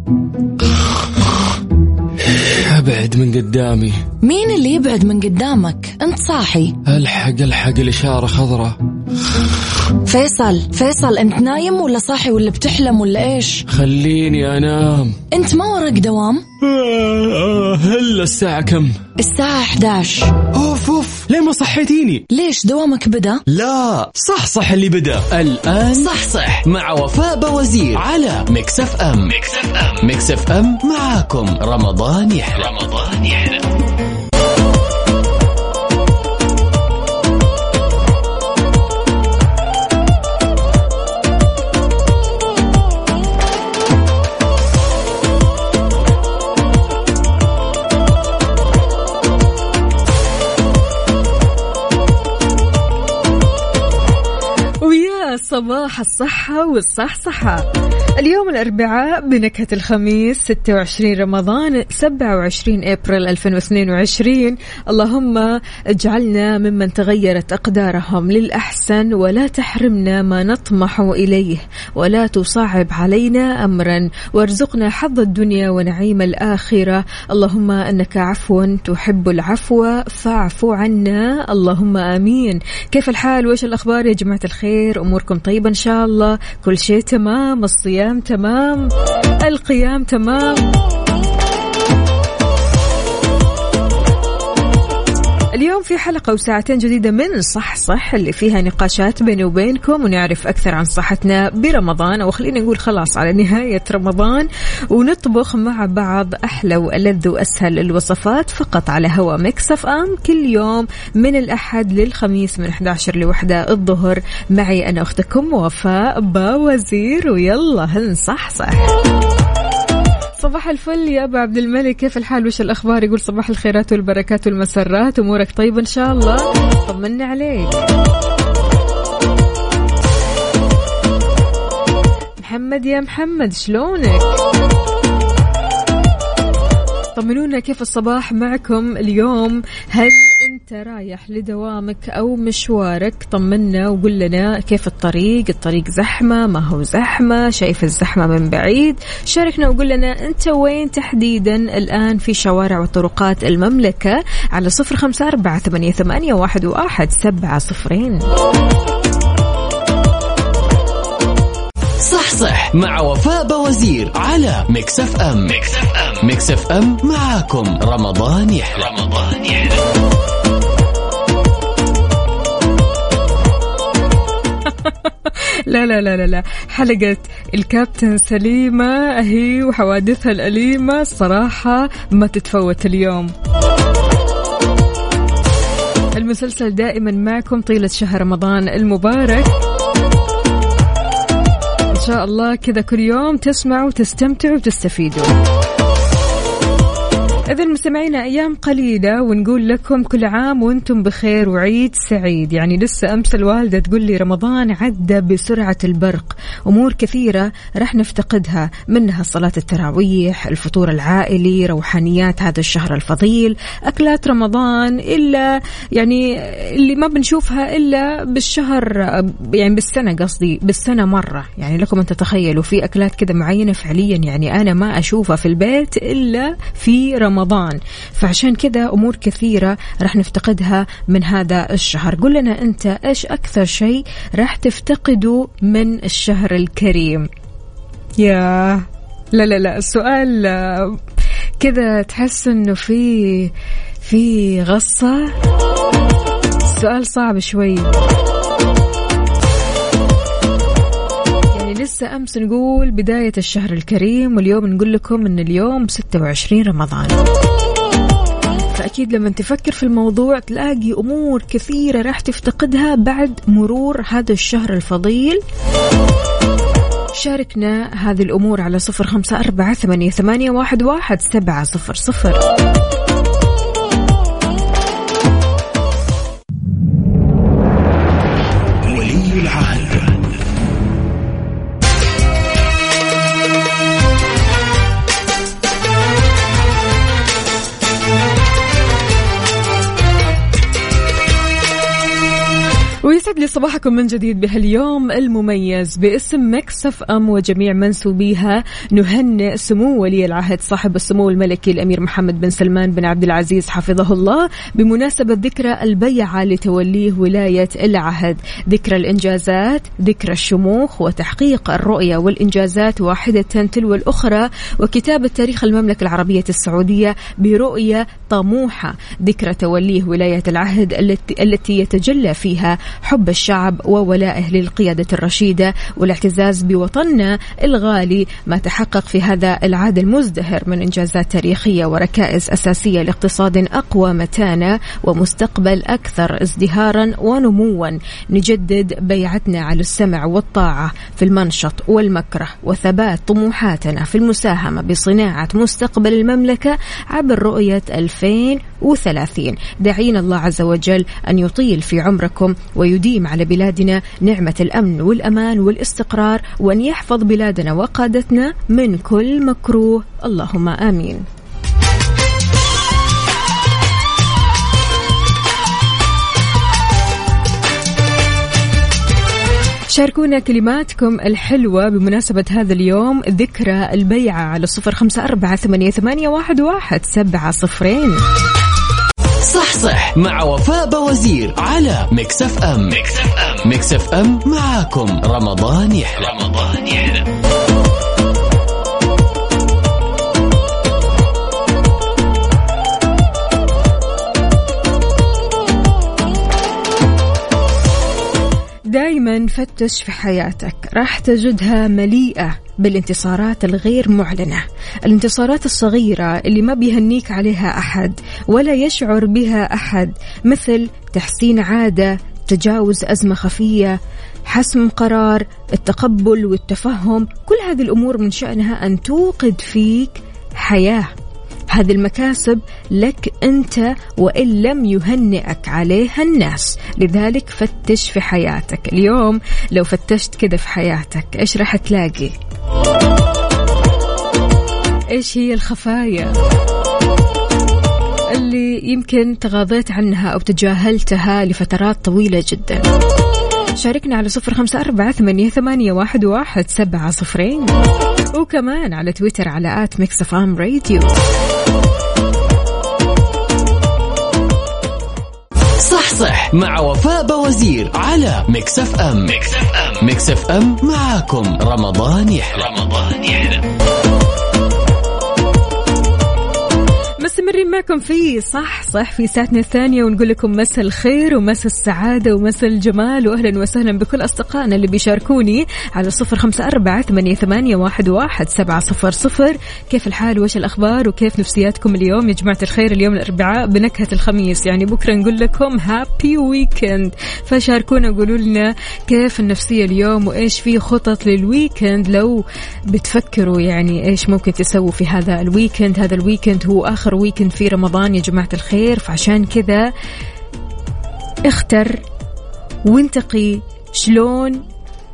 ابعد من قدامي. مين اللي يبعد من قدامك؟ انت صاحي. الحق الإشارة خضراء. فيصل انت نايم ولا صاحي ولا بتحلم ولا ايش؟ خليني انام. انت ما وراك دوام؟ هلا الساعة كم؟ الساعة 11. اوف ليه ما صحيتيني؟ ليش دوامك بدأ؟ لا صح اللي بدأ الآن. صح مع وفاء بوزير على ميكس اف ام. ميكس اف ام معاكم رمضان يحلى. صباح الصحة والصحصحة. اليوم الأربعاء بنكهة الخميس 26 رمضان 27 أبريل 2022. اللهم اجعلنا ممن تغيرت أقدارهم للأحسن ولا تحرمنا ما نطمح إليه ولا تصعب علينا أمرا وارزقنا حظ الدنيا ونعيم الآخرة. اللهم أنك عفو تحب العفو فاعف عنا اللهم آمين. كيف الحال وإيش الأخبار يا جماعة الخير؟ أموركم طيبة إن شاء الله؟ كل شيء تمام؟ الصيام تمام؟ القيام تمام؟ اليوم في حلقة وساعتين جديدة من صح اللي فيها نقاشات بيني وبينكم ونعرف أكثر عن صحتنا برمضان، أو خلينا نقول خلاص على نهاية رمضان، ونطبخ مع بعض أحلى وألذ وأسهل الوصفات فقط على هوا ميكس اف ام كل يوم من الأحد للخميس من 11 ل1 الظهر. معي أنا أختكم وفاء باوزير، ويلا هنصح. صباح الفل يا أبو عبد الملك، كيف الحال وش الأخبار؟ يقول صباح الخيرات والبركات والمسرات، أمورك طيبة إن شاء الله؟ طمنا عليك. محمد يا محمد شلونك؟ طمنونا كيف الصباح معكم اليوم. هل أنت رايح لدوامك أو مشوارك؟ طمنا وقل لنا كيف الطريق زحمة ما هو زحمة؟ شايف الزحمة من بعيد؟ شاركنا وقل لنا أنت وين تحديدا الآن في شوارع وطرقات المملكة على 0548811700. صح مع وفاء بوزير على ميكس اف ام. ميكس اف ام معاكم رمضان يحلى. لا حلقة الكابتن سليمة هي وحوادثها الأليمة صراحة ما تتفوت اليوم. المسلسل دائما معكم طيلة شهر رمضان المبارك، إن شاء الله كذا كل يوم تسمعوا وتستمتعوا وتستفيدوا. إذن مستمعينا أيام قليلة ونقول لكم كل عام وأنتم بخير وعيد سعيد. يعني لسه أمس الوالدة تقول لي رمضان عدى بسرعة البرق، أمور كثيرة رح نفتقدها، منها صلاة التراويح، الفطور العائلي، روحانيات هذا الشهر الفضيل، أكلات رمضان إلا يعني اللي ما بنشوفها إلا بالشهر، يعني بالسنة، قصدي بالسنة مرة. يعني لكم أن تتخيلوا في أكلات كذا معينة فعليا يعني أنا ما أشوفها في البيت إلا في رمضان. فعشان كذا أمور كثيرة رح نفتقدها من هذا الشهر. قل لنا أنت إيش أكثر شيء رح تفتقده من الشهر الكريم؟ يا لا السؤال كذا تحس إنه في غصة، السؤال صعب شوي. لسه أمس نقول بداية الشهر الكريم، واليوم نقول لكم أن اليوم 26 رمضان. فأكيد لما تفكر في الموضوع تلاقي أمور كثيرة راح تفتقدها بعد مرور هذا الشهر الفضيل. شاركنا هذه الأمور على 0548811700. ولي العهد يسعد لي صباحكم من جديد بهاليوم المميز باسم ميكس اف ام وجميع منسوبيها. نهنئ سمو ولي العهد صاحب السمو الملكي الأمير محمد بن سلمان بن عبد العزيز حفظه الله بمناسبة ذكرى البيعة لتوليه ولاية العهد. ذكرى الإنجازات، ذكرى الشموخ وتحقيق الرؤية والإنجازات واحدة تلو الأخرى، وكتابة تاريخ المملكة العربية السعودية برؤية طموحة. ذكرى توليه ولاية العهد التي يتجلى فيها حب الشعب وولائه للقيادة الرشيدة والاعتزاز بوطننا الغالي، ما تحقق في هذا العهد المزدهر من إنجازات تاريخية وركائز أساسية لاقتصاد أقوى متانة ومستقبل أكثر ازدهارا ونموا. نجدد بيعتنا على السمع والطاعة في المنشط والمكره وثبات طموحاتنا في المساهمة بصناعة مستقبل المملكة عبر رؤية 2030. دعينا الله عز وجل أن يطيل في عمركم ويديم على بلادنا نعمة الأمن والأمان والاستقرار، وأن يحفظ بلادنا وقادتنا من كل مكروه، اللهم آمين. شاركونا كلماتكم الحلوة بمناسبة هذا اليوم، ذكرى البيعة، على 0548811700. صح مع وفاء بوزير على ميكس اف ام. ميكس اف ام معاكم رمضان يحلى. دايما فتش في حياتك، راح تجدها مليئة بالانتصارات الغير معلنة، الانتصارات الصغيرة اللي ما بيهنيك عليها أحد ولا يشعر بها أحد، مثل تحسين عادة، تجاوز أزمة خفية، حسم قرار، التقبل والتفهم. كل هذه الأمور من شأنها أن توقد فيك حياة. هذه المكاسب لك أنت وإن لم يهنئك عليها الناس، لذلك فتش في حياتك. اليوم لو فتشت كده في حياتك إيش راح تلاقي؟ إيش هي الخفايا اللي يمكن تغاضيت عنها أو تجاهلتها لفترات طويلة جدا؟ شاركنا على 0548811700 وكمان على تويتر على @mixfmradio. صح مع وفاء بوزير على ميكس اف ام. ميكس اف ام معاكم رمضان يحلى. مستمرين معكم في صح في ساعتنا الثانية، ونقول لكم مساء الخير ومساء السعادة ومساء الجمال، وأهلا وسهلا بكل أصدقائنا اللي بيشاركوني على 0548811700. كيف الحال وش الأخبار وكيف نفسياتكم اليوم يا جماعة الخير؟ اليوم الأربعاء بنكهة الخميس، يعني بكرة نقول لكم هابي ويكند، فشاركونا قولوا لنا كيف النفسية اليوم وإيش في خطط للويكند، لو بتفكروا يعني إيش ممكن تسووا في هذا الويكند. هذا الويكند هو آخر ويكند في رمضان يا جماعة الخير، فعشان كذا اختر وانتقي شلون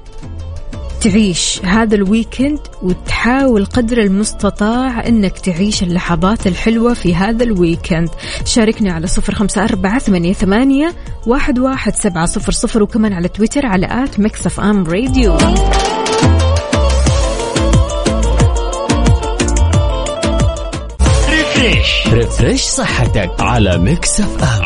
تعيش هذا الويكند، وتحاول قدر المستطاع انك تعيش اللحظات الحلوة في هذا الويكند. شاركنا على 0548811700 وكمان على تويتر على @mixfmradio. ريفريش صحتك على ميكس اف ام.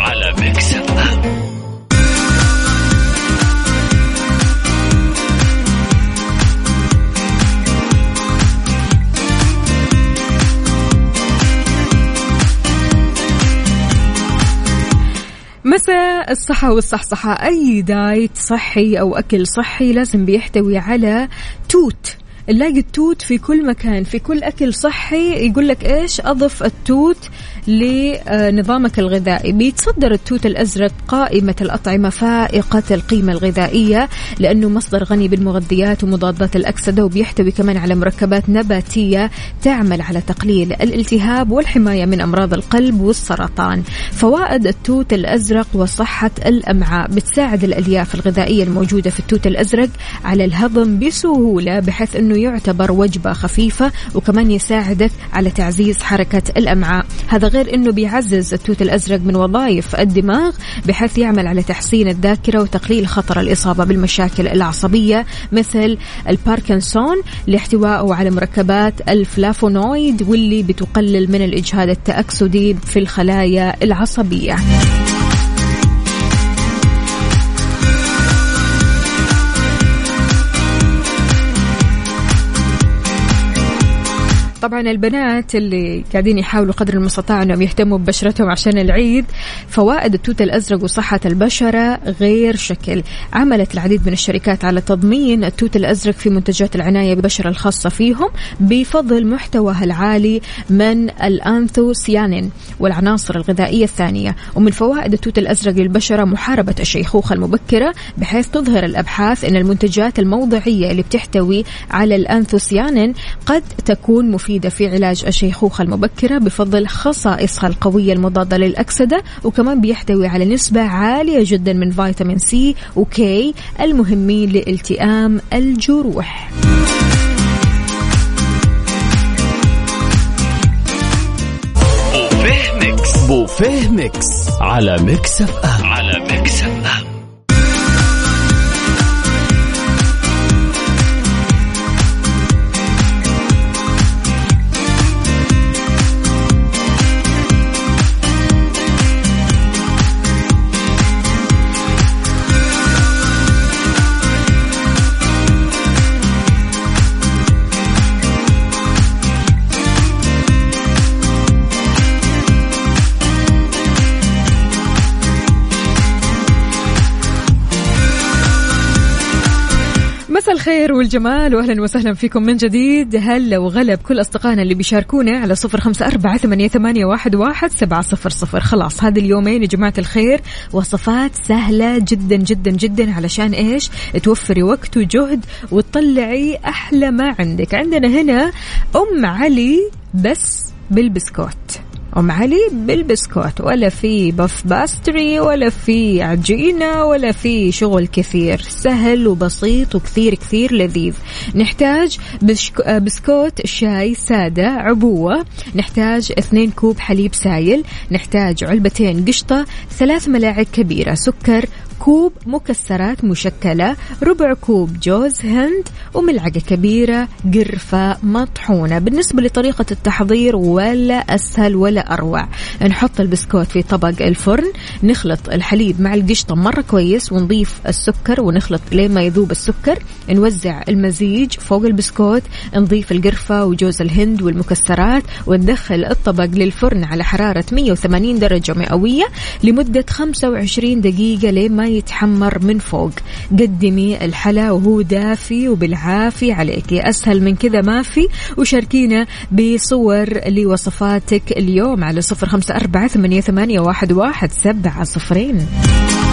مساء الصحة والصحصحة. أي دايت صحي أو أكل صحي لازم بيحتوي على توت. نلاقي التوت في كل مكان، في كل أكل صحي يقول لك إيش أضف التوت لنظامك الغذائي. بيتصدر التوت الأزرق قائمة الأطعمة فائقة القيمة الغذائية لأنه مصدر غني بالمغذيات ومضادات الأكسدة، وبيحتوي كمان على مركبات نباتية تعمل على تقليل الالتهاب والحماية من أمراض القلب والسرطان. فوائد التوت الأزرق وصحة الأمعاء: بتساعد الألياف الغذائية الموجودة في التوت الأزرق على الهضم بسهولة بحيث أنه يعتبر وجبة خفيفة، وكمان يساعدك على تعزيز حركة الأمعاء. هذا غير أنه بيعزز التوت الأزرق من وظائف الدماغ بحيث يعمل على تحسين الذاكرة وتقليل خطر الإصابة بالمشاكل العصبية مثل الباركنسون لاحتوائه على مركبات الفلافونويد واللي بتقلل من الإجهاد التأكسدي في الخلايا العصبية. طبعا البنات اللي قاعدين يحاولوا قدر المستطاع أنهم يهتموا ببشرتهم عشان العيد، فوائد التوت الأزرق وصحة البشرة غير شكل. عملت العديد من الشركات على تضمين التوت الأزرق في منتجات العناية بالبشرة الخاصة فيهم بفضل محتواه العالي من الأنثوسيانين والعناصر الغذائية الثانية. ومن فوائد التوت الأزرق للبشرة محاربة الشيخوخة المبكرة، بحيث تظهر الأبحاث أن المنتجات الموضعية اللي بتحتوي على الأنثوسيانين قد تكون مفيدة في علاج الشيخوخة المبكرة بفضل خصائصها القوية المضادة للأكسدة، وكمان بيحتوي على نسبة عالية جدا من فيتامين سي وكي المهمين لالتئام الجروح. بوفيه ميكس على ميكس اف ام. مساء الخير والجمال وأهلا وسهلا فيكم من جديد. هلا وغلب كل أصدقائنا اللي بيشاركونا على 0548811700. خلاص هذا اليومين يا جماعة الخير وصفات سهلة جدا جدا جدا علشان إيش توفري وقت وجهد وتطلعي أحلى ما عندك. عندنا هنا أم علي بس بالبسكوت. أم علي بالبسكوت، ولا في بف باستري ولا في عجينة ولا في شغل كثير، سهل وبسيط وكثير كثير لذيذ. نحتاج بسكوت شاي سادة عبوة، نحتاج 2 كوب حليب سايل، نحتاج علبتين قشطة، 3 ملاعق كبيرة سكر، كوب مكسرات مشكلة، ربع كوب جوز هند، وملعقة كبيرة قرفة مطحونة. بالنسبة لطريقة التحضير ولا أسهل ولا أروع. نحط البسكوت في طبق الفرن، نخلط الحليب مع القشطة مرة كويس، ونضيف السكر ونخلط لين ما يذوب السكر. نوزع المزيج فوق البسكوت، نضيف القرفة وجوز الهند والمكسرات، وندخل الطبق للفرن على حرارة 180 درجة مئوية لمدة 25 دقيقة لين ما يتحمر من فوق. قدمي الحلا وهو دافي وبالعافية عليك، أسهل من كذا ما في. وشاركينا بصور لوصفاتك اليوم على 0548811700.